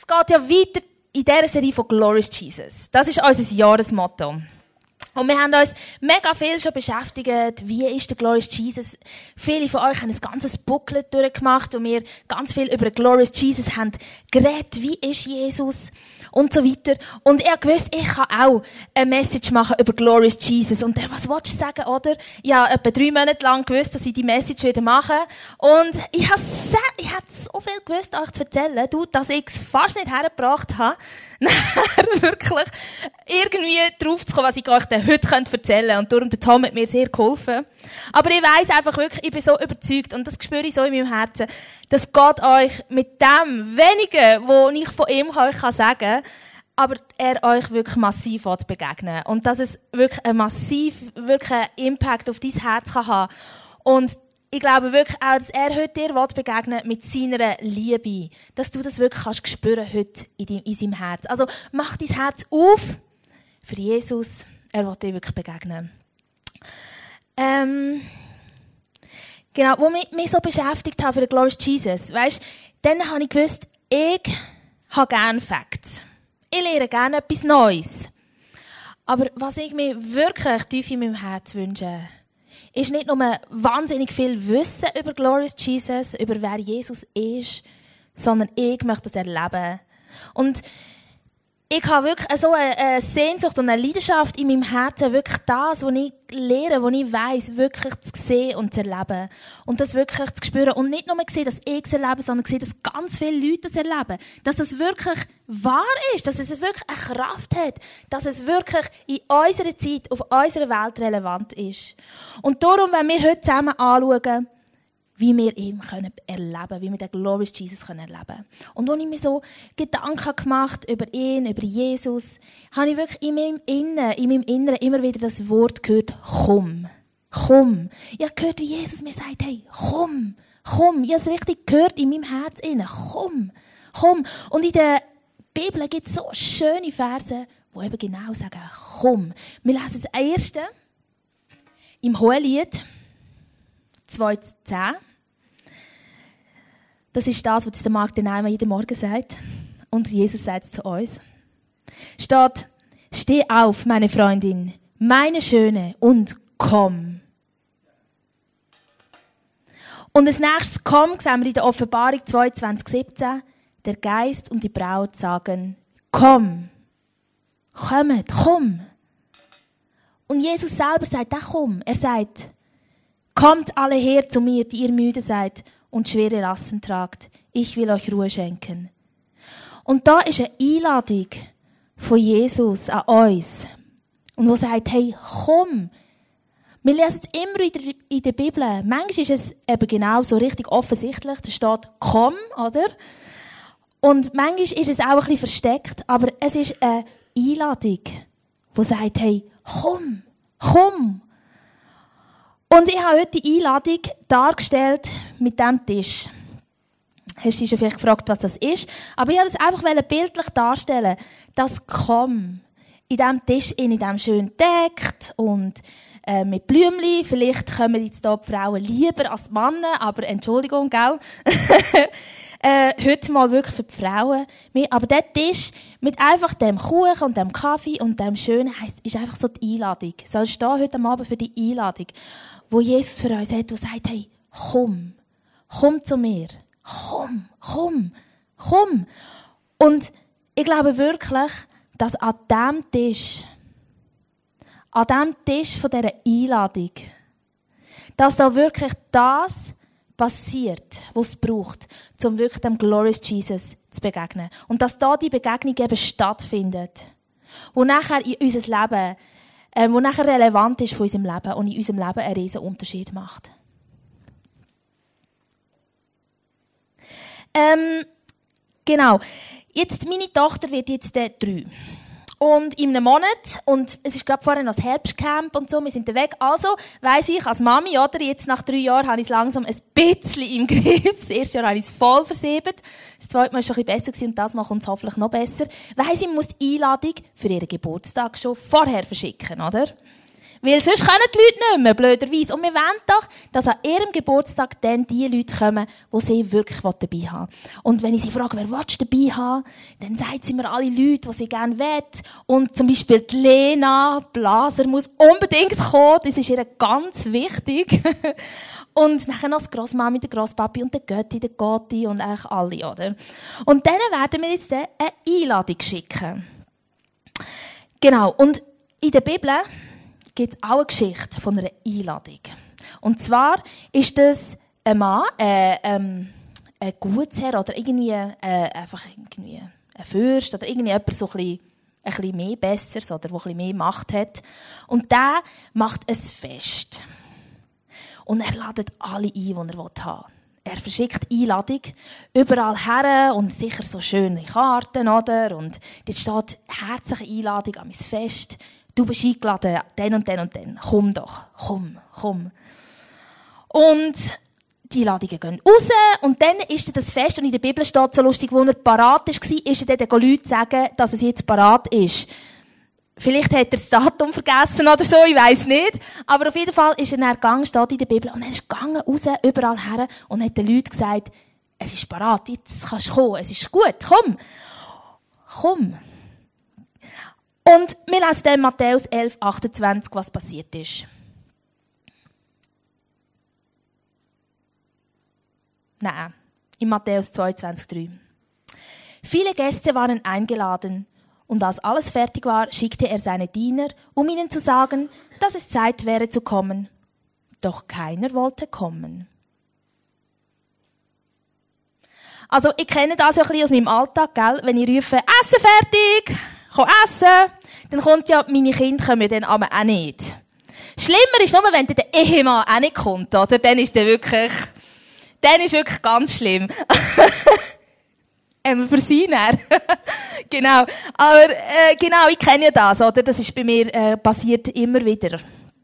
Es geht ja weiter in dieser Serie von Glorious Jesus. Das ist unser Jahresmotto. Und wir haben uns mega viel schon beschäftigt, wie ist der Glorious Jesus. Viele von euch haben ein ganzes Booklet durchgemacht, wo wir ganz viel über Glorious Jesus haben geredet. Wie ist Jesus? Und so weiter. Und ich wusste, ich kann auch eine Message machen über Glorious Jesus. Und was wolltest du sagen, oder? Ich habe etwa 3 Monate lang gewusst, dass ich die Message wieder mache. Und ich habe so viel gewusst, euch zu erzählen, dass ich es fast nicht hergebracht habe, wirklich irgendwie drauf zu kommen, was ich euch dann heute erzählen könnte. Und darum, der Tom hat mir sehr geholfen. Aber ich weiss einfach wirklich, ich bin so überzeugt, und das spüre ich so in meinem Herzen, dass Gott euch mit dem Wenigen, was ich von ihm euch sagen kann, aber er euch wirklich massiv begegnen. Und dass es wirklich einen Impact auf dein Herz kann haben. Und ich glaube wirklich auch, dass er heute dir begegnen will mit seiner Liebe. Dass du das wirklich kannst spüren heute in seinem Herz. Also mach dein Herz auf für Jesus. Er will dir wirklich begegnen. Genau, wo mich so beschäftigt habe für den Glorious Jesus, weisst, dann habe ich gewusst, ich habe gerne Facts. Ich lerne gerne etwas Neues. Aber was ich mir wirklich tief in meinem Herz wünsche, ist nicht nur wahnsinnig viel Wissen über Glorious Jesus, über wer Jesus ist, sondern ich möchte das erleben. Und ich habe wirklich so eine Sehnsucht und eine Leidenschaft in meinem Herzen, wirklich das, was ich lehre, was ich weiss, wirklich zu sehen und zu erleben. Und das wirklich zu spüren. Und nicht nur sehen, dass ich es erlebe, sondern sehen, dass ganz viele Leute das erleben. Dass das wirklich wahr ist, dass es wirklich eine Kraft hat. Dass es wirklich in unserer Zeit, auf unserer Welt relevant ist. Und darum, wenn wir heute zusammen anschauen, wie wir ihn erleben können, wie wir den Glorious Jesus erleben können. Und als ich mir so Gedanken gemacht über ihn, über Jesus, habe ich wirklich in meinem Inneren immer wieder das Wort gehört, komm. Komm. Ich habe gehört, wie Jesus mir sagt, hey, komm. Komm. Ich habe es richtig gehört in meinem Herz innen. Komm. Komm. Und in der Bibel gibt es so schöne Verse, die eben genau sagen, komm. Wir lesen das erste im Hohelied 2,10. Das ist das, was der Marc den Neiman jeden Morgen sagt. Und Jesus sagt es zu uns. Steht, steh auf, meine Freundin, meine Schöne, und komm. Und als nächstes komm, sehen wir in der Offenbarung 22,17, der Geist und die Braut sagen, komm. Kommt, komm. Und Jesus selber sagt auch komm. Er sagt, kommt alle her zu mir, die ihr müde seid und schwere Lasten tragt. Ich will euch Ruhe schenken. Und da ist eine Einladung von Jesus an uns. Und wo sagt, hey, komm. Wir lesen es immer in der Bibel. Manchmal ist es eben genau so richtig offensichtlich. Da steht, komm, oder? Und manchmal ist es auch ein bisschen versteckt. Aber es ist eine Einladung, die sagt, hey, komm, komm. Und ich habe heute die Einladung dargestellt mit diesem Tisch. Hast du dich schon vielleicht gefragt, was das ist? Aber ich wollte es einfach bildlich darstellen, das Komm in diesem Tisch, in diesem schön deckt und mit Blümchen. Vielleicht kommen jetzt hier die Frauen lieber als die Männer, aber Entschuldigung, gell? Heute mal wirklich für die Frauen. Aber der Tisch mit einfach dem Kuchen und dem Kaffee und dem Schönen ist einfach so die Einladung. Soll stehen heute Abend für die Einladung, wo Jesus für uns hat, der sagt, hey, komm. Komm zu mir. Komm, komm, komm. Und ich glaube wirklich, dass an diesem Tisch von dieser Einladung, dass da wirklich das passiert, was es braucht, um wirklich dem Glorious Jesus zu begegnen. Und dass da die Begegnung eben stattfindet, wo nachher in unser Leben, wo nachher relevant ist für unserem Leben und in unserem Leben einen riesen Unterschied macht. Genau. Jetzt, meine Tochter wird jetzt 3. Und in einem Monat, und es ist gerade vorher noch das Herbstcamp und so, wir sind weg. Also weiss ich als Mami, oder, jetzt nach 3 Jahren habe ich es langsam ein bisschen im Griff. Das erste Jahr habe ich es voll versäbelt. Das zweite Mal war es schon ein bisschen besser und das Mal kommt es hoffentlich noch besser. Weiss ich, muss die Einladung für ihren Geburtstag schon vorher verschicken, oder? Weil sonst können die Leute nicht mehr, blöderweise. Und wir wollen doch, dass an ihrem Geburtstag dann die Leute kommen, die sie wirklich dabei haben. Und wenn ich sie frage, wer willst du dabei haben, dann sagt sie mir alle Leute, die sie gerne will. Und zum Beispiel die Lena Blaser muss unbedingt kommen. Das ist ihr ganz wichtig. Und nachher noch die Grossmami, der Grosspapi und der Götti, der Gotti und eigentlich alle, oder? Und denen werden wir jetzt eine Einladung schicken. Genau. Und in der Bibel gibt es auch eine Geschichte von einer Einladung. Und zwar ist das ein Mann, ein Gutsherr oder irgendwie, einfach irgendwie ein Fürst oder irgendwie jemand so ein bisschen mehr Besseres oder der ein bisschen mehr Macht hat. Und der macht ein Fest. Und er ladet alle ein, die er haben will. Er verschickt Einladung überall her und sicher so schöne Karten, oder? Und dort steht herzliche Einladung an mein Fest. Du bist eingeladen, den und den und den. Komm doch, komm. Und die Einladungen gehen raus und dann ist das Fest, und in der Bibel steht so lustig, wo er parat war, ist er dann Leute sagen, dass es jetzt parat ist. Vielleicht hat er das Datum vergessen oder so, ich weiss nicht. Aber auf jeden Fall ist er dann gegangen, steht in der Bibel, und er ist gegangen, raus, überall her, und hat den Leuten gesagt, es ist parat, jetzt kannst du kommen, es ist gut, komm. Und wir lesen dann in Matthäus 11, 28, was passiert ist. Nein, in Matthäus 22, 3. Viele Gäste waren eingeladen, und als alles fertig war, schickte er seine Diener, um ihnen zu sagen, dass es Zeit wäre zu kommen. Doch keiner wollte kommen. Also, ich kenne das ja ein bisschen aus meinem Alltag, gell? Wenn ich rufe, Essen fertig, komm essen, dann kommt ja, meine Kinder kommen dann aber auch nicht. Schlimmer ist nur, wenn der Ehemann auch nicht kommt, oder? Dann ist wirklich ganz schlimm. Für sie dann. Genau. Aber, genau, ich kenne ja das, oder? Das ist bei mir, passiert immer wieder.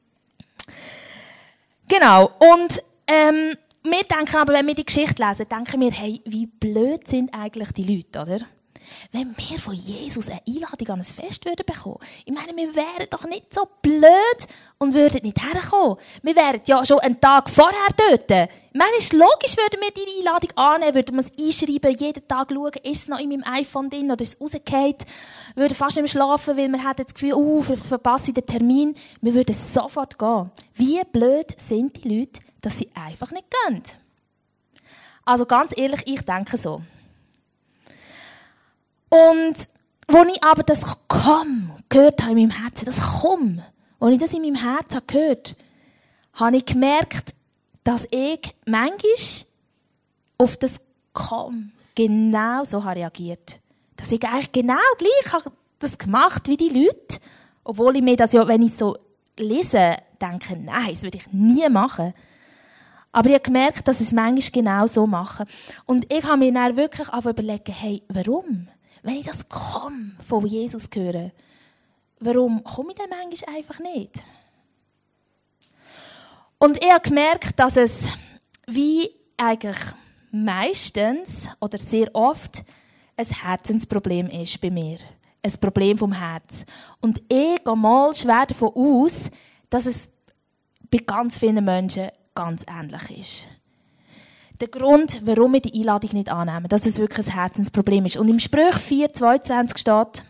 Genau. Und, wir denken aber, wenn wir die Geschichte lesen, denken wir, hey, wie blöd sind eigentlich die Leute, oder? Wenn wir von Jesus eine Einladung an ein Fest würden bekommen, ich meine, wir wären doch nicht so blöd und würden nicht herkommen. Wir wären ja schon einen Tag vorher dort. Ich meine, es ist logisch, würden wir die Einladung annehmen, würden wir es einschreiben, jeden Tag schauen, ist es noch in meinem iPhone drin oder ist es rausgefallen, würden fast nicht mehr schlafen, weil wir hätten das Gefühl, verpasse ich den Termin. Wir würden sofort gehen. Wie blöd sind die Leute, dass sie einfach nicht gehen? Also ganz ehrlich, ich denke so. Und als ich aber das «Komm» gehört habe in meinem Herzen, das «Komm», als ich das in meinem Herzen gehört habe ich gemerkt, dass ich manchmal auf das «Komm» genau so reagiert habe. Dass ich eigentlich genau gleich das gemacht wie die Leute, obwohl ich mir das ja, wenn ich so lese, denke, nein, das würde ich nie machen. Aber ich habe gemerkt, dass ich es manchmal genau so mache. Und ich habe mir dann wirklich überlegt, hey, warum? Wenn ich das «Komm» von Jesus höre, warum komme ich dann manchmal einfach nicht? Und ich habe gemerkt, dass es wie eigentlich meistens oder sehr oft ein Herzensproblem ist bei mir. Ein Problem vom Herz. Und ich gehe mal schwer davon aus, dass es bei ganz vielen Menschen ganz ähnlich ist. Der Grund, warum wir die Einladung nicht annehmen, dass es wirklich ein Herzensproblem ist. Und im Sprüch 4,22 steht,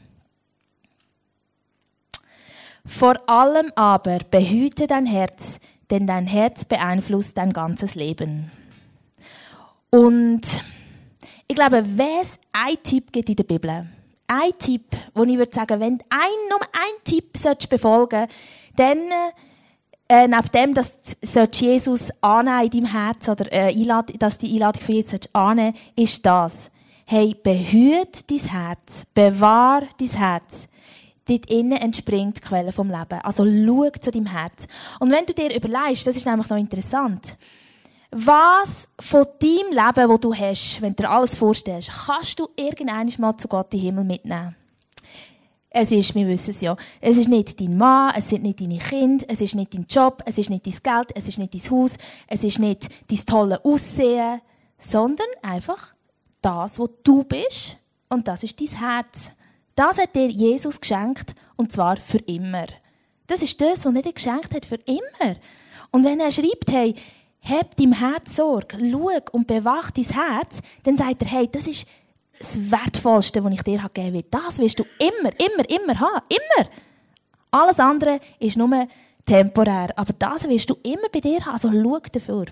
vor allem aber behüte dein Herz, denn dein Herz beeinflusst dein ganzes Leben. Und ich glaube, wenn es einen Tipp gibt in der Bibel, ein Tipp, wo ich würde sagen, wenn du nur einen Tipp befolgen solltest, dann neben dem, dass du Jesus annehmen in deinem Herz oder dass die Einladung von Jesus annehmen ist das. Hey, behüte dein Herz, bewahr dein Herz. Dort innen entspringt die Quelle vom Leben. Also schau zu deinem Herz. Und wenn du dir überlegst, das ist nämlich noch interessant, was von deinem Leben, das du hast, wenn du dir alles vorstellst, kannst du irgendwann mal zu Gott in den Himmel mitnehmen? Es ist, wir wissen es ja, es ist nicht dein Mann, es sind nicht deine Kinder, es ist nicht dein Job, es ist nicht dein Geld, es ist nicht dein Haus, es ist nicht dein tolle Aussehen, sondern einfach das, was du bist, und das ist dein Herz. Das hat dir Jesus geschenkt, und zwar für immer. Das ist das, was er dir geschenkt hat für immer. Und wenn er schreibt, hey, hab deinem Herz Sorge, schau und bewach dein Herz, dann sagt er, hey, das ist das Wertvollste, was ich dir geben will. Das wirst du immer haben. Immer. Alles andere ist nur temporär. Aber das wirst du immer bei dir haben. Also schau dafür.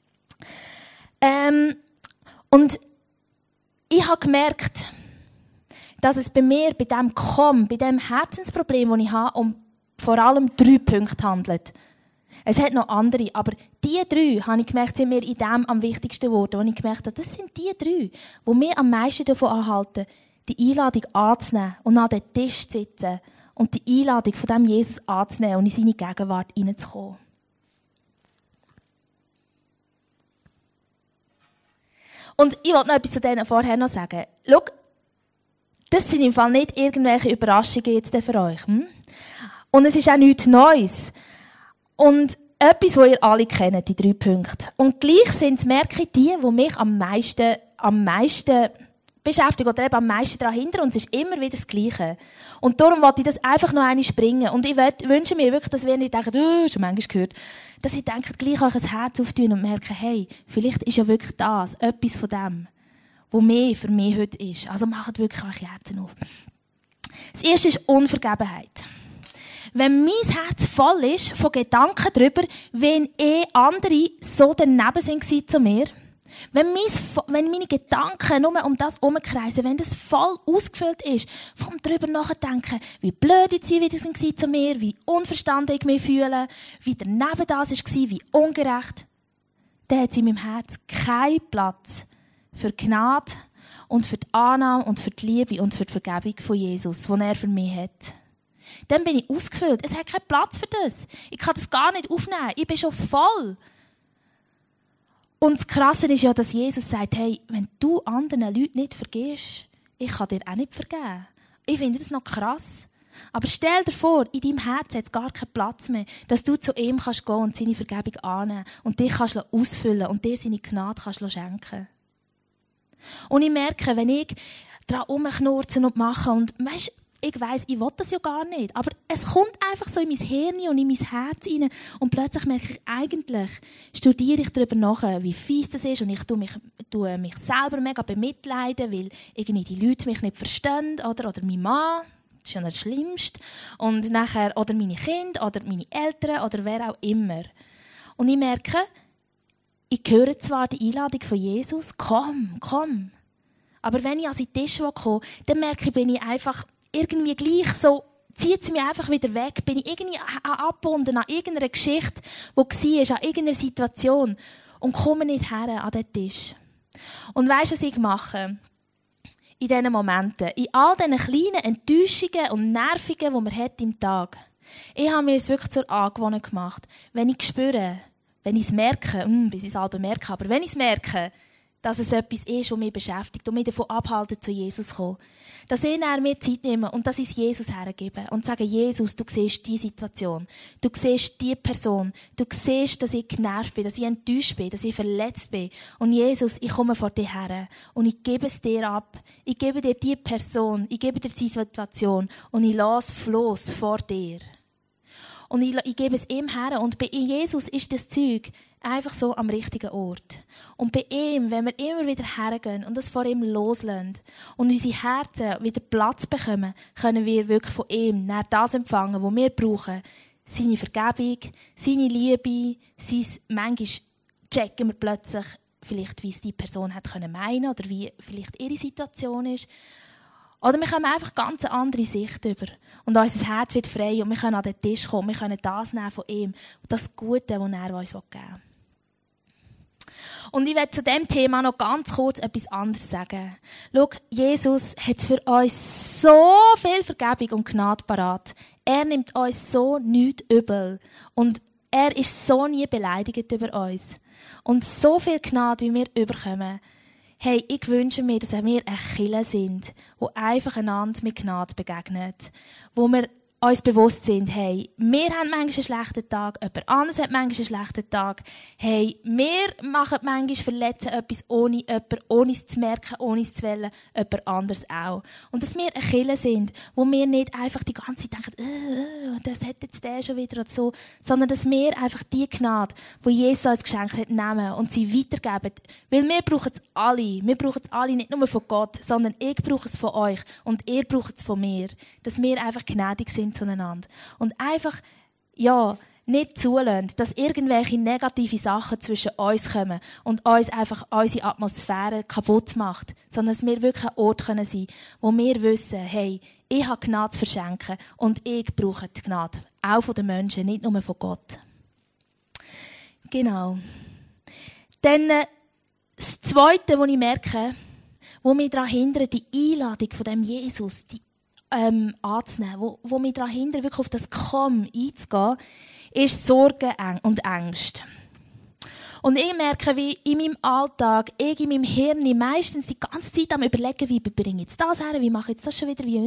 Und ich habe gemerkt, dass es bei mir, bei diesem Herzensproblem, das ich habe, um vor allem 3 Punkte handelt. Es hat noch andere, aber die 3, habe ich gemerkt, sind mir in dem am wichtigsten geworden. Und ich gemerkt habe, das sind die 3, die mich am meisten davon anhalten, die Einladung anzunehmen und an den Tisch zu sitzen und die Einladung von diesem Jesus anzunehmen und in seine Gegenwart hineinzukommen. Und ich wollte noch etwas zu denen vorher noch sagen. Schau, das sind im Fall nicht irgendwelche Überraschungen jetzt für euch. Und es ist auch nichts Neues. Und etwas, was ihr alle kennt, die 3 Punkte. Und gleich sind es, merke ich, die mich am meisten beschäftigen oder eben am meisten daran hindern. Und es ist immer wieder das Gleiche. Und darum wollte ich das einfach noch einmal springen. Und ich wünsche mir wirklich, dass wir nicht denken, schon manchmal gehört, dass ihr denkt, gleich euch ein Herz auftun und merken, hey, vielleicht ist ja wirklich das, etwas von dem, was mehr für mich heute ist. Also macht wirklich eure Herzen auf. Das erste ist Unvergebenheit. Wenn mein Herz voll ist von Gedanken darüber, wenn andere so daneben sind zu mir, wenn meine Gedanken nur um das herumkreisen, wenn das voll ausgefüllt ist, vom darüber nachdenken, wie blöd sie wieder sind zu mir, wie unverstanden ich mich fühle, wie daneben das war, wie ungerecht, dann hat sie in meinem Herz keinen Platz für die Gnade und für die Annahme und für die Liebe und für die Vergebung von Jesus, die er für mich hat. Dann bin ich ausgefüllt. Es hat keinen Platz für das. Ich kann das gar nicht aufnehmen. Ich bin schon voll. Und das Krasse ist ja, dass Jesus sagt, hey, wenn du anderen Leuten nicht vergibst, ich kann dir auch nicht vergeben. Ich finde das noch krass. Aber stell dir vor, in deinem Herzen hat es gar keinen Platz mehr, dass du zu ihm kannst gehen und seine Vergebung annehmen und dich kannst ausfüllen und dir seine Gnade kannst schenken. Und ich merke, wenn ich daran rumknurzen und mache und weißt, ich weiss, ich will das ja gar nicht. Aber es kommt einfach so in mein Hirn und in mein Herz rein. Und plötzlich merke ich, eigentlich studiere ich darüber nach, wie fies das ist. Und ich tue mich selber mega bemitleiden, weil irgendwie die Leute mich nicht verstehen. Oder mein Mann, das ist ja das Schlimmste. Und nachher, oder meine Kinder, oder meine Eltern, oder wer auch immer. Und ich merke, ich höre zwar die Einladung von Jesus, komm. Aber wenn ich an den Tisch komme, dann merke ich, bin ich einfach irgendwie gleich so, zieht sie mich einfach wieder weg, bin ich irgendwie abgebunden an irgendeiner Geschichte, die war, an irgendeiner Situation und komme nicht her an den Tisch. Und weisst du, was ich mache? In diesen Momenten, in all diesen kleinen Enttäuschungen und Nervungen, die man hat im Tag. Ich habe mir es wirklich zur Angewohnheit gemacht. Wenn ich spüre, wenn ich es merke, bis ich es selber merke, aber wenn ich es merke, dass es etwas ist, was mich beschäftigt und mich davon abhalten, zu Jesus zu kommen. Dass ich dann mir Zeit nehme und dass ich es Jesus hergebe und sage, Jesus, du siehst die Situation, du siehst die Person, du siehst, dass ich genervt bin, dass ich enttäuscht bin, dass ich verletzt bin. Und Jesus, ich komme vor dir her und ich gebe es dir ab. Ich gebe dir die Person, ich gebe dir die Situation und ich lasse los vor dir. Und ich gebe es ihm her. Und bei Jesus ist das Zeug einfach so am richtigen Ort. Und bei ihm, wenn wir immer wieder hergehen und das vor ihm loslassen und unsere Herzen wieder Platz bekommen, können wir wirklich von ihm das empfangen, was wir brauchen. Seine Vergebung, seine Liebe, manchmal checken wir plötzlich, vielleicht, wie es die Person hat meinen oder wie vielleicht ihre Situation ist. Oder wir kommen einfach ganz eine andere Sicht über. Und unser Herz wird frei und wir können an den Tisch kommen. Wir können das nehmen von ihm. Das Gute, das er uns geben will. Und ich werde zu diesem Thema noch ganz kurz etwas anderes sagen. Schau, Jesus hat für uns so viel Vergebung und Gnade parat. Er nimmt uns so nichts übel. Und er ist so nie beleidigt über uns. Und so viel Gnade, wie wir überkommen. Hey, ich wünsche mir, dass wir eine Kirche sind, die einfach einander mit Gnade begegnet. Wo wir uns bewusst sind, hey, wir haben manchmal einen schlechten Tag, jemand anderes hat manchmal einen schlechten Tag, hey, wir machen manchmal verletzen etwas ohne jemanden, ohne es zu merken, ohne es zu wollen, jemand anderes auch. Und dass wir eine Kirche sind, wo wir nicht einfach die ganze Zeit denken, das hat jetzt der schon wieder oder so, sondern dass wir einfach die Gnade, die Jesus uns geschenkt hat, nehmen und sie weitergeben. Weil wir brauchen es alle. Wir brauchen es alle nicht nur von Gott, sondern ich brauche es von euch und ihr braucht es von mir. Dass wir einfach gnädig sind zueinander. Und einfach, nicht zulassen, dass irgendwelche negative Sachen zwischen uns kommen und uns einfach unsere Atmosphäre kaputt macht. Sondern dass wir wirklich ein Ort sein können, wo wir wissen, hey, ich habe Gnade zu verschenken und ich brauche die Gnade. Auch von den Menschen, nicht nur von Gott. Genau. Dann das Zweite, was ich merke, wo mich daran hindert, die Einladung von dem Jesus anzunehmen, wo mich daran hindert, wirklich auf das Komm einzugehen, ist Sorgen und Ängste. Und ich merke, wie in meinem Alltag, ich in meinem Hirn meistens die ganze Zeit am Überlegen, wie bringe ich jetzt das her, wie mache ich jetzt das schon wieder, wie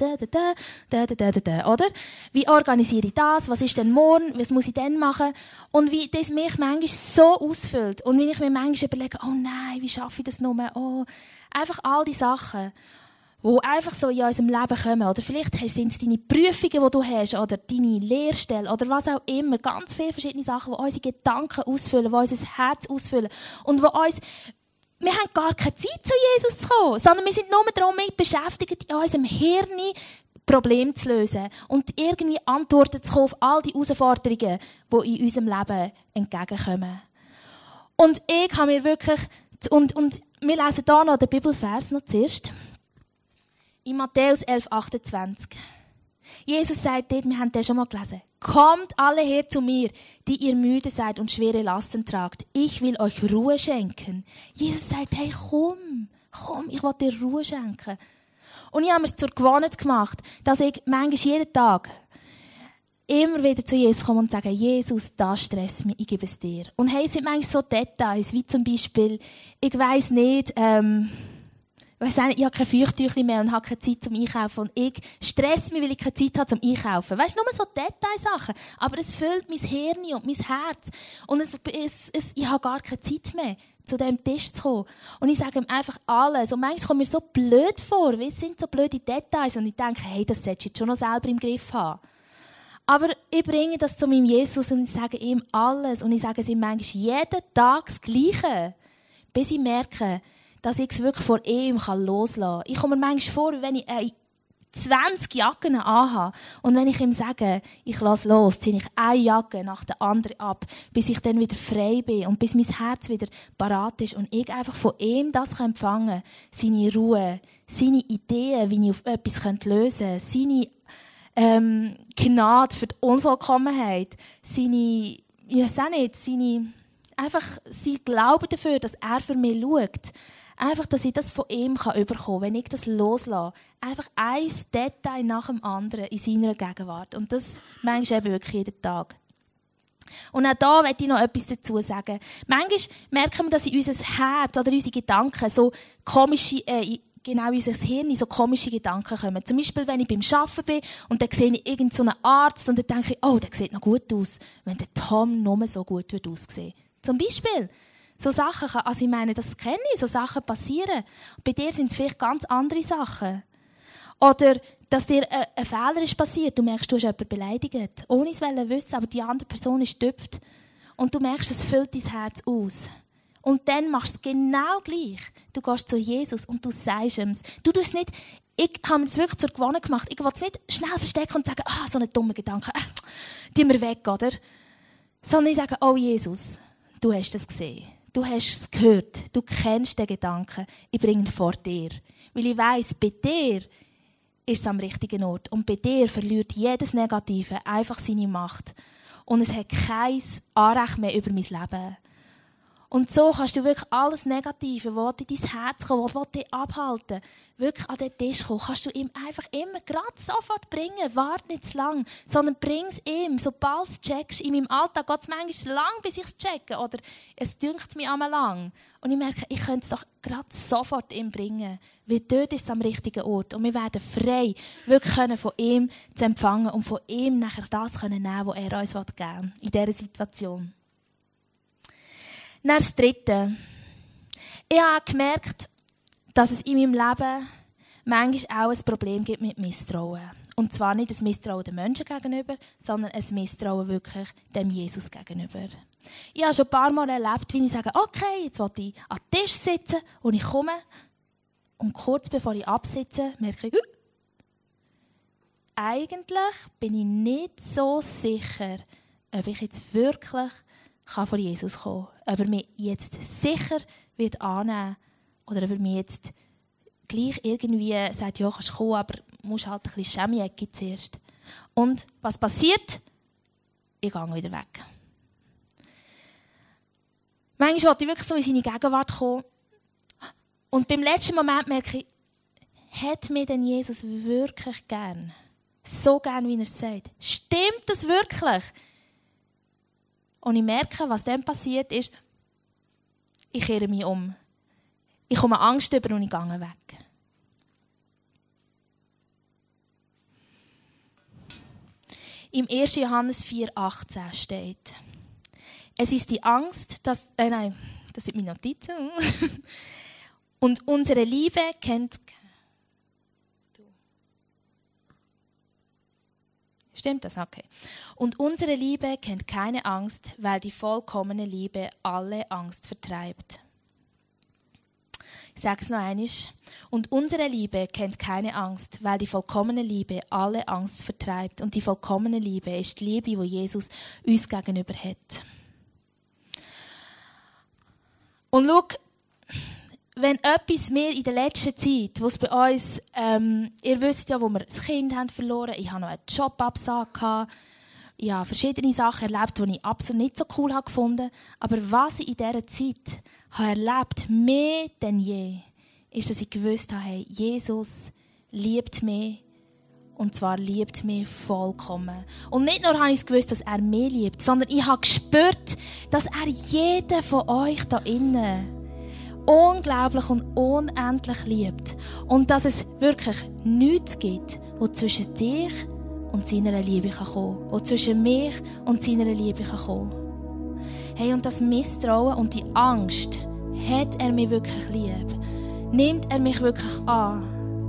oder? Wie organisiere ich das, was ist denn morgen, was muss ich denn machen? Und wie das mich manchmal so ausfüllt. Und wie ich mir manchmal überlege, oh nein, wie schaffe ich das nur? Oh, einfach all die Sachen, die einfach so in unserem Leben kommen. Oder vielleicht sind es deine Prüfungen, die du hast, oder deine Lehrstelle, oder was auch immer. Ganz viele verschiedene Sachen, die unsere Gedanken ausfüllen, die unser Herz ausfüllen. Und wir haben gar keine Zeit, zu Jesus zu kommen, sondern wir sind nur damit beschäftigt, in unserem Hirn Probleme zu lösen und irgendwie Antworten zu kommen auf all die Herausforderungen, die in unserem Leben entgegenkommen. Und ich habe mir wirklich, und wir lesen hier noch den Bibelvers noch zuerst. In Matthäus 11,28. Jesus sagt dort, wir haben den schon mal gelesen. Kommt alle her zu mir, die ihr müde seid und schwere Lasten tragt. Ich will euch Ruhe schenken. Jesus sagt, hey, komm, ich will dir Ruhe schenken. Und ich habe mir zur Gewohnheit gemacht, dass ich manchmal jeden Tag immer wieder zu Jesus komme und sage, Jesus, das stresst mich, ich gebe es dir. Und hey, es sind manchmal so Details, wie zum Beispiel, ich weiss nicht, ich habe kein Feuchttüchlein mehr und habe keine Zeit zum Einkaufen. Und ich stress mich, weil ich keine Zeit habe zum Einkaufen. Weisst du, nur so Detailsachen. Aber es füllt mein Hirn und mein Herz. Und ich habe gar keine Zeit mehr, zu diesem Tisch zu kommen. Und ich sage ihm einfach alles. Und manchmal kommt mir so blöd vor, weil es sind so blöde Details. Und ich denke, hey, das solltest du jetzt schon noch selber im Griff haben. Aber ich bringe das zu meinem Jesus und ich sage ihm alles. Und ich sage es ihm manchmal jeden Tag das Gleiche. Bis ich merke, dass ich es wirklich vor ihm loslassen kann. Ich komme mir manchmal vor, wie wenn ich 20 Jacken anhabe. Und wenn ich ihm sage, ich lasse los, ziehe ich eine Jacke nach der anderen ab, bis ich dann wieder frei bin und bis mein Herz wieder parat ist und ich einfach von ihm das empfangen kann. Seine Ruhe, seine Ideen, wie ich auf etwas lösen könnte, seine Gnade für die Unvollkommenheit, sein Glauben dafür, dass er für mich schaut. Einfach, dass ich das von ihm bekommen kann, wenn ich das loslasse. Einfach ein Detail nach dem anderen in seiner Gegenwart. Und das manchmal eben wirklich jeden Tag. Und auch da möchte ich noch etwas dazu sagen. Manchmal merken wir, dass in unser Herz oder unsere Gedanken so komische, genau in unser Hirn so komische Gedanken kommen. Zum Beispiel, wenn ich beim Arbeiten bin und dann sehe ich irgendeinen Arzt und dann denke ich, oh, der sieht noch gut aus, wenn der Tom nur so gut wird aussehen. Zum Beispiel. So Sachen, also ich meine, das kenne ich, so Sachen passieren. Bei dir sind es vielleicht ganz andere Sachen. Oder, dass dir ein Fehler ist passiert, du merkst, du hast jemanden beleidigt. Ohne es zu wissen, aber die andere Person ist getüpft. Und du merkst, es füllt dein Herz aus. Und dann machst du es genau gleich. Du gehst zu Jesus und du sagst ihm es. Du tust nicht, ich habe mir das wirklich zur Gewohnheit gemacht. Ich will es nicht schnell verstecken und sagen, so einen dummen Gedanken, die wir weg, oder? Sondern ich sage, oh Jesus, du hast es gesehen. Du hast es gehört. Du kennst den Gedanken. Ich bringe ihn vor dir. Weil ich weiss, bei dir ist es am richtigen Ort. Und bei dir verliert jedes Negative einfach seine Macht. Und es hat kein Anrecht mehr über mein Leben. Und so kannst du wirklich alles Negative, was in dein Herz kommt, was dich abhalten, wirklich an den Tisch kommen. Kannst du ihm einfach immer gerade sofort bringen. Warte nicht zu lang, sondern bring es ihm. Sobald du es checkst, in meinem Alltag geht es manchmal lang, bis ich es checke. Oder es dünkt mich einmal lang. Und ich merke, ich könnte es doch gerade sofort ihm bringen. Weil dort ist es am richtigen Ort. Und wir werden frei, wirklich können von ihm zu empfangen und von ihm nachher das können nehmen, was er uns geben will, in dieser Situation. Dann das Dritte. Ich habe gemerkt, dass es in meinem Leben manchmal auch ein Problem gibt mit Misstrauen. Und zwar nicht ein Misstrauen den Menschen gegenüber, sondern ein Misstrauen wirklich dem Jesus gegenüber. Ich habe schon ein paar Mal erlebt, wie ich sage, okay, jetzt will ich an den Tisch sitzen und ich komme. Und kurz bevor ich absitze, merke ich, eigentlich bin ich nicht so sicher, ob ich jetzt wirklich vor Jesus kommen kann. Ob er mich jetzt sicher wird annehmen oder ob er mich jetzt gleich irgendwie sagt, ja, kannst kommen, aber musst halt ein bisschen Schämijäcki zuerst. Und was passiert? Ich gehe wieder weg. Manchmal wollte ich wirklich so in seine Gegenwart kommen. Und beim letzten Moment merke ich, hat mir denn Jesus wirklich gern? So gern, wie er es sagt. Stimmt das wirklich? Und ich merke, was dann passiert ist, ich kehre mich um. Ich komme Angst über und ich gehe weg. Im 1. Johannes 4,18 steht, es ist die Angst, das sind meine Notizen. Und unsere Liebe kennt... Stimmt das? Okay. Und unsere Liebe kennt keine Angst, weil die vollkommene Liebe alle Angst vertreibt. Ich sage es noch einmal. Und unsere Liebe kennt keine Angst, weil die vollkommene Liebe alle Angst vertreibt. Und die vollkommene Liebe ist die Liebe, die Jesus uns gegenüber hat. Und schau, wenn etwas wir in der letzten Zeit, wo es bei uns, ihr wisst ja, wo wir das Kind haben verloren, ich habe noch einen Jobabsage gehabt, ich habe verschiedene Sachen erlebt, die ich absolut nicht so cool gefunden habe. Aber was ich in dieser Zeit habe erlebt, mehr denn je, ist, dass ich gewusst habe, hey, Jesus liebt mich. Und zwar liebt mich vollkommen. Und nicht nur habe ich gewusst, dass er mich liebt, sondern ich habe gespürt, dass er jeden von euch da innen unglaublich und unendlich liebt. Und dass es wirklich nichts gibt, was zwischen dich und seiner Liebe kommen kann. Was zwischen mich und seiner Liebe kommen kann. Hey, und das Misstrauen und die Angst, hat er mich wirklich lieb? Nimmt er mich wirklich an?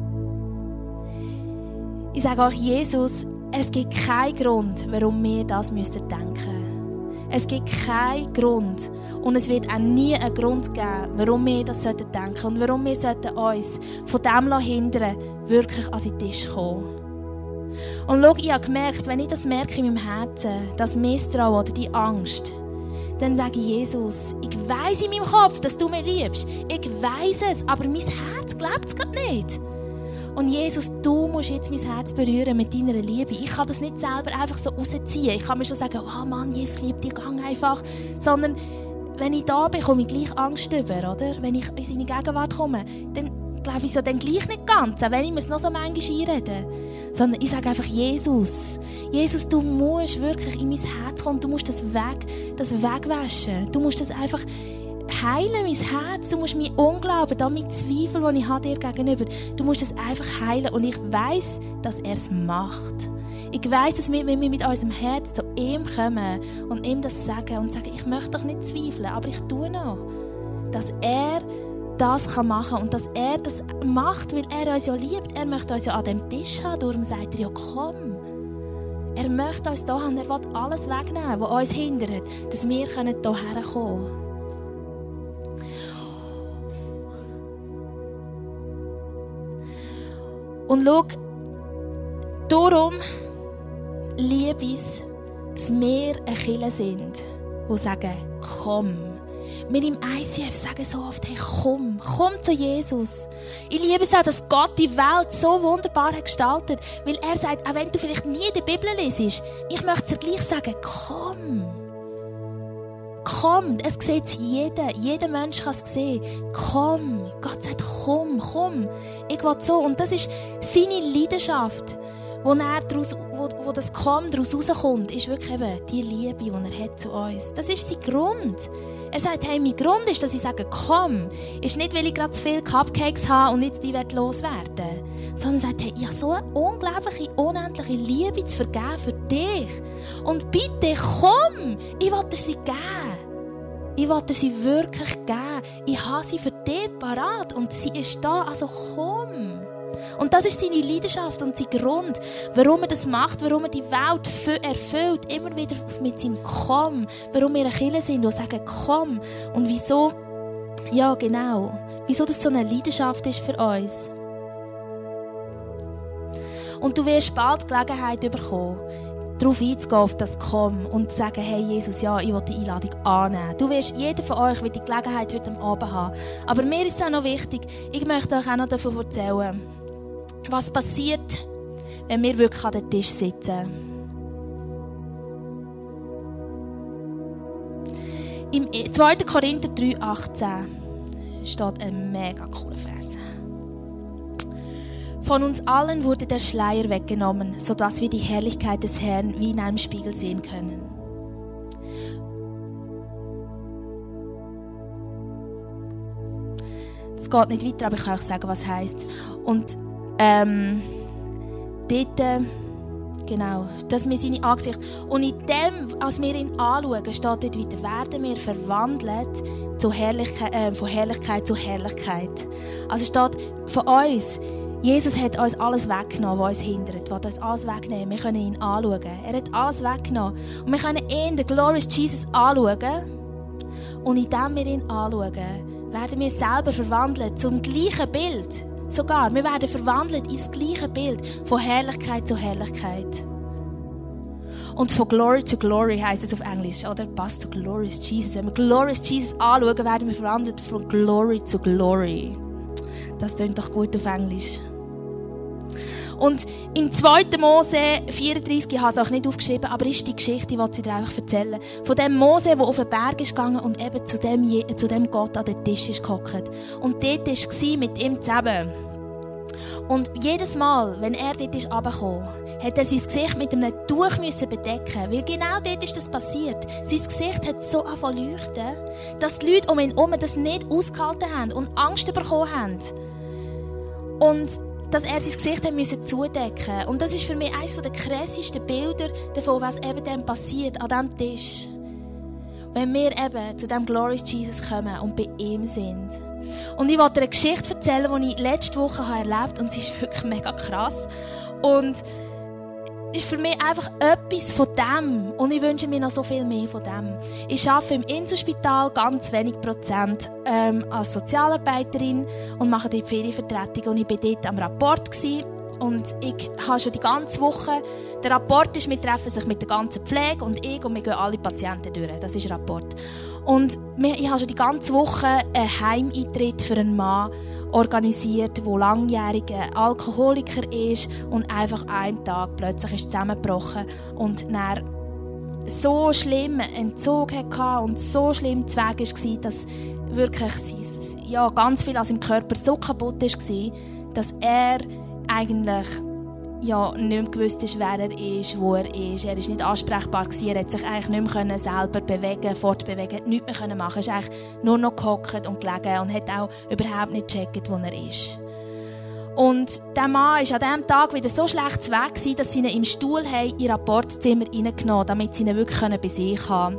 Ich sage euch, Jesus, es gibt keinen Grund, warum wir das denken müssen. Es gibt keinen Grund. Und es wird auch nie einen Grund geben, warum wir das denken sollten und warum wir uns von dem hindern, wirklich an den Tisch zu kommen. Und schau, ich habe gemerkt, wenn ich das merke in meinem Herzen, das Misstrauen oder die Angst, dann sage ich, Jesus, ich weiss in meinem Kopf, dass du mich liebst. Ich weiss es, aber mein Herz glaubt es gerade nicht. Und Jesus, du musst jetzt mein Herz berühren mit deiner Liebe. Ich kann das nicht selber einfach so rausziehen. Ich kann mir schon sagen, oh Mann, Jesus liebt dich, gang einfach. Sondern wenn ich da bin, komme ich gleich Angst über, oder? Wenn ich in seine Gegenwart komme, dann glaube ich so dann gleich nicht ganz, auch wenn ich mir es noch so manchmal einrede. Sondern ich sage einfach, Jesus, du musst wirklich in mein Herz kommen, du musst das wegwaschen. Du musst das einfach heilen, mein Herz. Du musst mein Unglauben, da mein Zweifel, den ich habe dir gegenüber, du musst das einfach heilen. Und ich weiss, dass er es macht. Ich weiss, dass wir, wenn wir mit unserem Herz zu ihm kommen und ihm das sagen und sagen, ich möchte doch nicht zweifeln, aber ich tue noch, dass er das machen kann und dass er das macht, weil er uns ja liebt. Er möchte uns ja an dem Tisch haben, darum sagt er ja, komm. Er möchte uns da haben, er will alles wegnehmen, was uns hindert, dass wir hierher kommen können. Und schau, darum liebe ich es, dass wir eine Kirche sind, die sagen, komm. Wir im ICF sagen so oft, hey, komm zu Jesus. Ich liebe es auch, dass Gott die Welt so wunderbar hat gestaltet, weil er sagt, auch wenn du vielleicht nie die Bibel liest, ich möchte dir gleich sagen, komm. Komm, es sieht jeder. Jeder Mensch kann es sehen. Komm. Gott sagt, komm. Ich will so. Und das ist seine Leidenschaft, wo das Komm daraus rauskommt, ist wirklich eben die Liebe, die er hat zu uns. Das ist sein Grund. Er sagt, hey, mein Grund ist, dass ich sage, komm. Ist nicht, weil ich gerade zu viele Cupcakes habe und jetzt die loswerden will. Sondern er sagt, hey, ich habe so eine unglaubliche, unendliche Liebe zu vergeben für dich. Und bitte, komm. Ich will dir sie geben. Ich will dir sie wirklich geben. Ich habe sie für dich parat und sie ist da, also komm. Und das ist seine Leidenschaft und sein Grund, warum er das macht, warum er die Welt erfüllt, immer wieder mit seinem Komm, warum wir eine Kirche sind, die sagen Komm. Und wieso, ja genau, wieso das so eine Leidenschaft ist für uns. Und du wirst bald die Gelegenheit bekommen, darauf einzugehen, auf das Komm und zu sagen, hey Jesus, ja, ich will die Einladung annehmen. Jeder von euch wird die Gelegenheit heute Abend haben. Aber mir ist es auch noch wichtig, ich möchte euch auch noch davon erzählen, was passiert, wenn wir wirklich an den Tisch sitzen. Im 2. Korinther 3,18 steht ein mega cooler Vers. Von uns allen wurde der Schleier weggenommen, sodass wir die Herrlichkeit des Herrn wie in einem Spiegel sehen können. Es geht nicht weiter, aber ich kann euch sagen, was es heisst. Und dort, genau, dass wir seine Angesicht, und in dem, als wir ihn anschauen, steht dort weiter, werden wir verwandelt von Herrlichkeit zu Herrlichkeit. Also steht von uns, Jesus hat uns alles weggenommen, was uns hindert, was uns alles wegnehmen. Wir können ihn anschauen. Er hat alles weggenommen. Und wir können ihn, den Glorious Jesus, anschauen. Und indem wir ihn anschauen, werden wir selber verwandelt zum gleichen Bild. Sogar, wir werden verwandelt ins gleiche Bild, von Herrlichkeit zu Herrlichkeit. Und von Glory to Glory heisst es auf Englisch, oder? Passt zu Glorious Jesus. Wenn wir Glorious Jesus anschauen, werden wir verwandelt von Glory to Glory. Das klingt doch gut auf Englisch. Und im 2. Mose 34, ich habe es auch nicht aufgeschrieben, aber ist die Geschichte, die ich dir einfach erzählen. Von dem Mose, der auf den Berg ist gegangen und eben zu dem Gott an den Tisch ist gehockt. Und dort war mit ihm zusammen. Und jedes Mal, wenn er dort ist runtergekommen, hat er sein Gesicht mit einem Tuch bedecken, weil genau dort ist das passiert. Sein Gesicht hat so angefangen zu leuchten, dass die Leute um ihn herum das nicht ausgehalten haben und Angst bekommen haben. Und dass er sein Gesicht zudecken musste. Und das ist für mich eines der krassesten Bilder davon, was eben dann passiert an diesem Tisch. Wenn wir eben zu diesem Glorious Jesus kommen und bei ihm sind. Und ich wollte dir eine Geschichte erzählen, die ich letzte Woche erlebt habe. Und sie ist wirklich mega krass. Und ist für mich einfach etwas von dem. Und ich wünsche mir noch so viel mehr von dem. Ich arbeite im Inselspital ganz wenig Prozent als Sozialarbeiterin und mache dort Ferienvertretung. Und ich war dort am Rapport gewesen. Und ich habe schon die ganze Woche, der Rapport ist, wir treffen sich mit der ganzen Pflege und wir gehen alle Patienten durch. Das ist ein Rapport. Und ich habe schon die ganze Woche einen Heimeintritt für einen Mann organisiert, der langjähriger Alkoholiker ist und einfach an einem Tag plötzlich ist zusammengebrochen und dann so schlimm Entzug hatte und so schlimm Zweig war, dass wirklich ganz viel an seinem Körper so kaputt war, dass er eigentlich nicht mehr gewusst ist, wer er ist, wo er ist. Er war nicht ansprechbar gewesen. Er konnte sich eigentlich nicht mehr selber bewegen, fortbewegen, hat nichts mehr machen. Er ist eigentlich nur noch gehockt und gelegen und hat auch überhaupt nicht gecheckt, wo er ist. Und der Mann war an diesem Tag wieder so schlecht weg gewesen, dass sie ihn im Stuhl in ihr Rapportzimmer reingenommen haben, damit sie ihn wirklich bei sich haben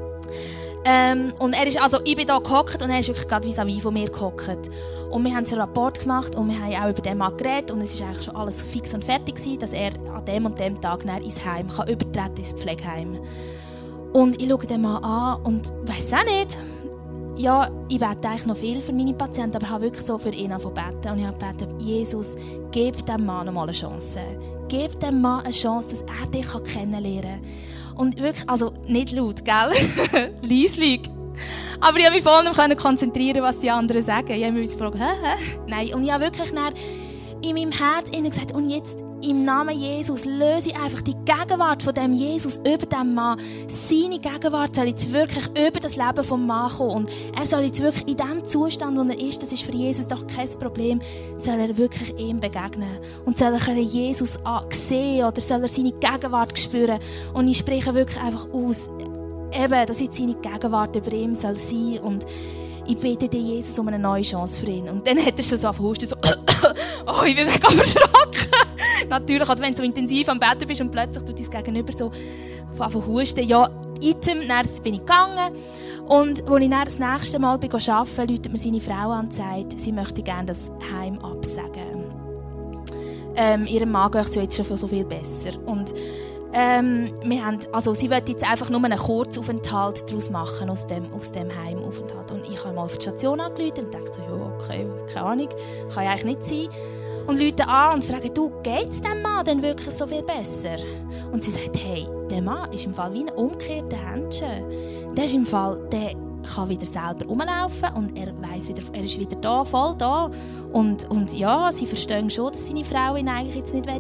können. Und ich bin da gehockt und er ist wirklich gerade vis-à-vis von mir gehockt. Und wir haben einen Rapport gemacht und wir haben auch über den Mann geredet und es war eigentlich schon alles fix und fertig gewesen, dass er an dem und dem Tag ins Heim kann übertreten, ins Pflegeheim. Und ich schaue den Mann an und weiss auch nicht. Ja, ich bete eigentlich noch viel für meine Patienten, aber ich habe wirklich so für ihn beten. Und ich habe gebeten, Jesus, gib dem Mann noch mal eine Chance. Gib dem Mann eine Chance, dass er dich kennenlernen kann. Und wirklich, also nicht laut, gell? Leislich. Aber ich konnte mich voll nicht konzentrieren, was die anderen sagen. Ich musste fragen, hä? Nein, und ich habe wirklich in meinem Herz gesagt, und jetzt im Namen Jesus löse ich einfach die Gegenwart von dem Jesus über dem Mann. Seine Gegenwart soll jetzt wirklich über das Leben vom Mann kommen. Und er soll jetzt wirklich in dem Zustand, wo er ist, das ist für Jesus doch kein Problem, soll er wirklich ihm begegnen. Und soll er Jesus sehen oder soll er seine Gegenwart spüren. Und ich spreche wirklich einfach aus, eben, dass jetzt seine Gegenwart über ihm soll sein. Und ich bete dir, Jesus, um eine neue Chance für ihn. Und dann hat er schon so aufgehustet, so, oh, ich bin mega verschrocken. Natürlich, wenn du so intensiv am Bett bist und plötzlich tut dein Gegenüber so anfangen husten. Ja, Item, dann bin ich gegangen. Und als ich dann das nächste Mal arbeiten bin, läutet mir seine Frau an und sagt, sie möchte gerne das Heim absagen. Ihrem Mann geht es jetzt schon so viel besser. Und sie will jetzt einfach nur einen Kurzaufenthalt daraus machen aus dem Heimaufenthalt. Und ich habe mal auf die Station angerufen und dachte so, ja, okay, keine Ahnung, kann ja eigentlich nicht sein. Und Leute an und fragen, du, geht's dem Mann denn wirklich so viel besser? Und sie sagt, hey, der Mann ist im Fall wie ein umgekehrter Händchen. Der ist im Fall, der kann wieder selber rumlaufen und er weiss wieder, er ist wieder da, voll da. Und ja, sie verstehen schon, dass seine Frau ihn eigentlich jetzt nicht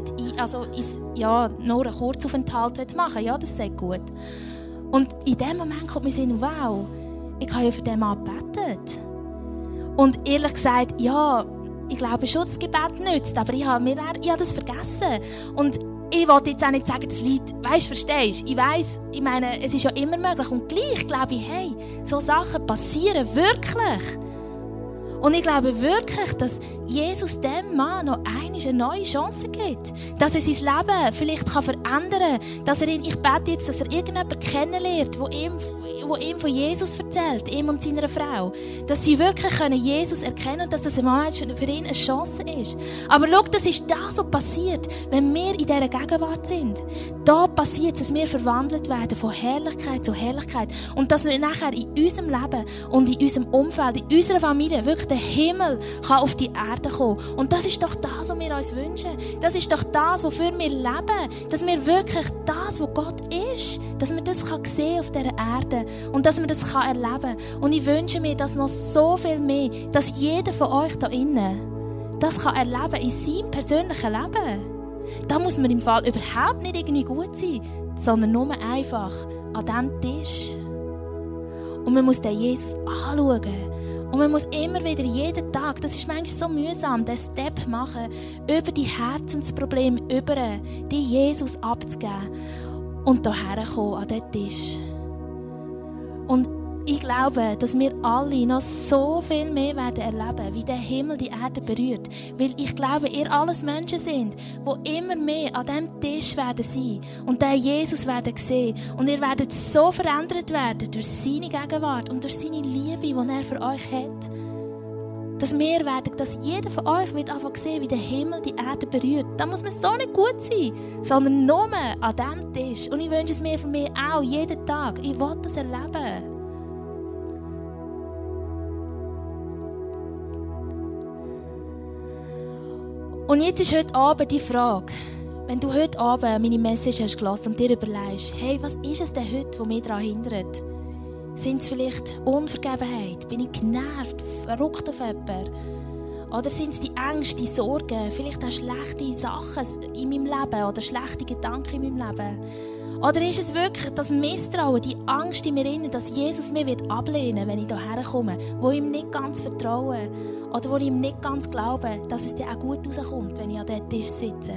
nur einen Kurzaufenthalt machen will. Ja, das sei gut. Und in dem Moment kommt mir Sinn, wow, ich habe ja für den Mann gebetet. Und ehrlich gesagt, ja, ich glaube schon, das Gebet nützt, aber ich habe das vergessen. Und ich wollte jetzt auch nicht sagen, das Lied, verstehst du? Ich meine, es ist ja immer möglich. Und gleich glaube ich, hey, so Sachen passieren wirklich. Und ich glaube wirklich, dass Jesus dem Mann noch eine neue Chance gibt. Dass er sein Leben vielleicht verändern kann. Dass er ich bete jetzt, dass er irgendjemanden kennenlernt, der ihm von Jesus erzählt, ihm und seiner Frau. Dass sie wirklich Jesus erkennen können, dass das für ihn eine Chance ist. Aber schau, das ist das, was passiert, wenn wir in dieser Gegenwart sind. Da passiert es, dass wir verwandelt werden von Herrlichkeit zu Herrlichkeit. Und dass wir nachher in unserem Leben und in unserem Umfeld, in unserer Familie wirklich der Himmel kann auf die Erde kommen. Und das ist doch das, was wir uns wünschen. Das ist doch das, wofür wir leben. Dass wir wirklich das, was Gott ist, dass wir das sehen auf dieser Erde und dass wir das erleben kann. Und ich wünsche mir das noch so viel mehr, dass jeder von euch da innen das erleben kann in seinem persönlichen Leben. Da muss man im Fall überhaupt nicht irgendwie gut sein, sondern nur einfach an diesem Tisch. Und man muss den Jesus anschauen. Und man muss immer wieder, jeden Tag, das ist manchmal so mühsam, den Step machen, über die Herzensprobleme, die Jesus abzugeben und hierher kommen an diesen Tisch. Und ich glaube, dass wir alle noch so viel mehr werden erleben, wie der Himmel die Erde berührt. Weil ich glaube, ihr alles Menschen sind, die immer mehr an diesem Tisch werden sein und den Jesus werden sehen. Und ihr werdet so verändert werden durch seine Gegenwart und durch seine Liebe, die er für euch hat. Dass jeder von euch wird anfangen sehen, wie der Himmel die Erde berührt. Da muss man so nicht gut sein, sondern nur an diesem Tisch. Und ich wünsche es mir von mir auch, jeden Tag. Ich will das erleben. Und jetzt ist heute Abend die Frage, wenn du heute Abend meine Message hast gelassen und dir überlegst, hey, was ist es denn heute, was mich daran hindert? Sind es vielleicht Unvergebenheit? Bin ich genervt, verrückt auf jemanden? Oder sind es die Ängste, die Sorgen, vielleicht auch schlechte Sachen in meinem Leben oder schlechte Gedanken in meinem Leben? Oder ist es wirklich das Misstrauen, die Angst in mir drin, dass Jesus mich ablehnen wird, wenn ich hierher komme, wo ich ihm nicht ganz vertraue oder wo ich ihm nicht ganz glaube, dass es dir auch gut rauskommt, wenn ich an diesem Tisch sitze?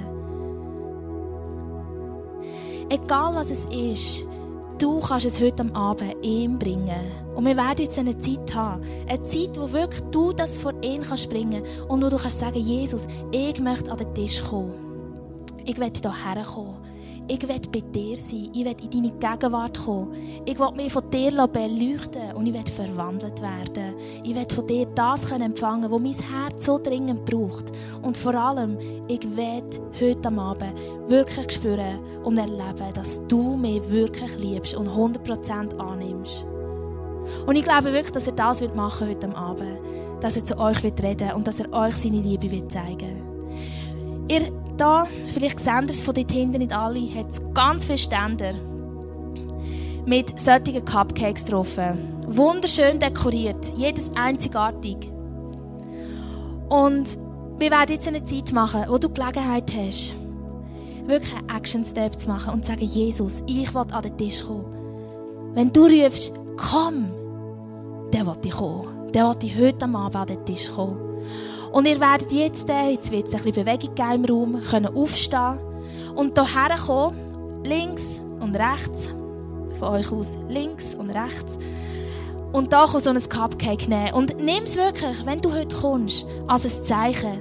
Egal was es ist, du kannst es heute am Abend ihm bringen. Und wir werden jetzt eine Zeit haben. Eine Zeit, wo wirklich du das vor ihn kannst bringen und wo du kannst sagen, Jesus, ich möchte an den Tisch kommen. Ich möchte hierher kommen. Ich will bei dir sein. Ich will in deine Gegenwart kommen. Ich will mich von dir beleuchten und ich will verwandelt werden. Ich will von dir das empfangen, was mein Herz so dringend braucht. Und vor allem, ich will heute am Abend wirklich spüren und erleben, dass du mich wirklich liebst und 100% annimmst. Und ich glaube wirklich, dass er das machen wird heute am Abend. Dass er zu euch reden wird und dass er euch seine Liebe zeigen wird. Ihr da, vielleicht seht ihr es von dort hinten nicht alle, hat es ganz viele Ständer mit solchen Cupcakes drauf. Wunderschön dekoriert, jedes einzigartig. Und Wir werden jetzt eine Zeit machen, wo du Gelegenheit hast, wirklich einen Action-Step zu machen und zu sagen, Jesus, ich will an den Tisch kommen. Wenn du rufst, komm, dann will ich kommen. Dann will ich heute am Abend an den Tisch kommen. Und ihr werdet jetzt wird es ein bisschen Bewegung geben im Raum, können aufstehen und hierher kommen, links und rechts, von euch aus links und rechts. Und da so ein Cupcake nehmen. Und nimm es wirklich, wenn du heute kommst, als ein Zeichen,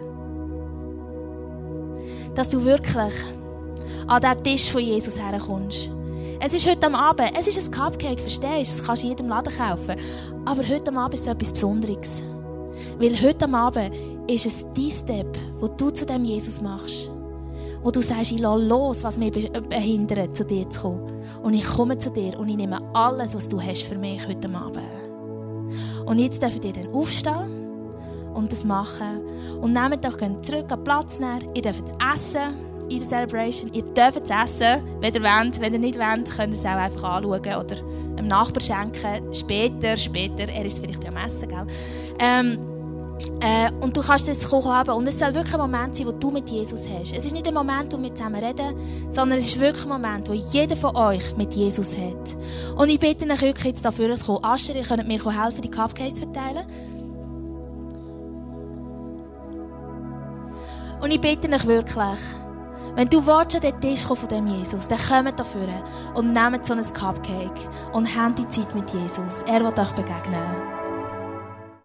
dass du wirklich an den Tisch von Jesus herkommst. Es ist heute am Abend, es ist ein Cupcake, verstehst du? Das kannst du in jedem Laden kaufen. Aber heute am Abend ist es etwas Besonderes. Weil heute am Abend ist es dein Step, wo du zu dem Jesus machst. Wo du sagst, ich lasse los, was mich behindert, zu dir zu kommen. Und ich komme zu dir und ich nehme alles, was du hast für mich heute Abend. Und jetzt dürft ihr dann aufstehen und das machen. Und nehmt doch zurück an den Platz nehmen. Ihr dürft essen in der Celebration. Ihr dürft essen, wenn ihr wollt. Wenn ihr nicht wollt, könnt ihr es auch einfach anschauen oder einem Nachbar schenken. Später. Er ist vielleicht am Essen, gell? Und du kannst das haben. Und es soll wirklich ein Moment sein, wo du mit Jesus hast. Es ist nicht ein Moment, wo wir zusammen reden, sondern es ist wirklich ein Moment, wo jeder von euch mit Jesus hat. Und ich bitte euch wirklich jetzt dafür zu kommen. Ascher, ihr könnt mir helfen, die Cupcakes verteilen. Und ich bitte euch wirklich, wenn du willst, an den Tisch kommen von dem Jesus, dann kommt dafür und nehmt so ein Cupcake und habt die Zeit mit Jesus. Er will euch begegnen.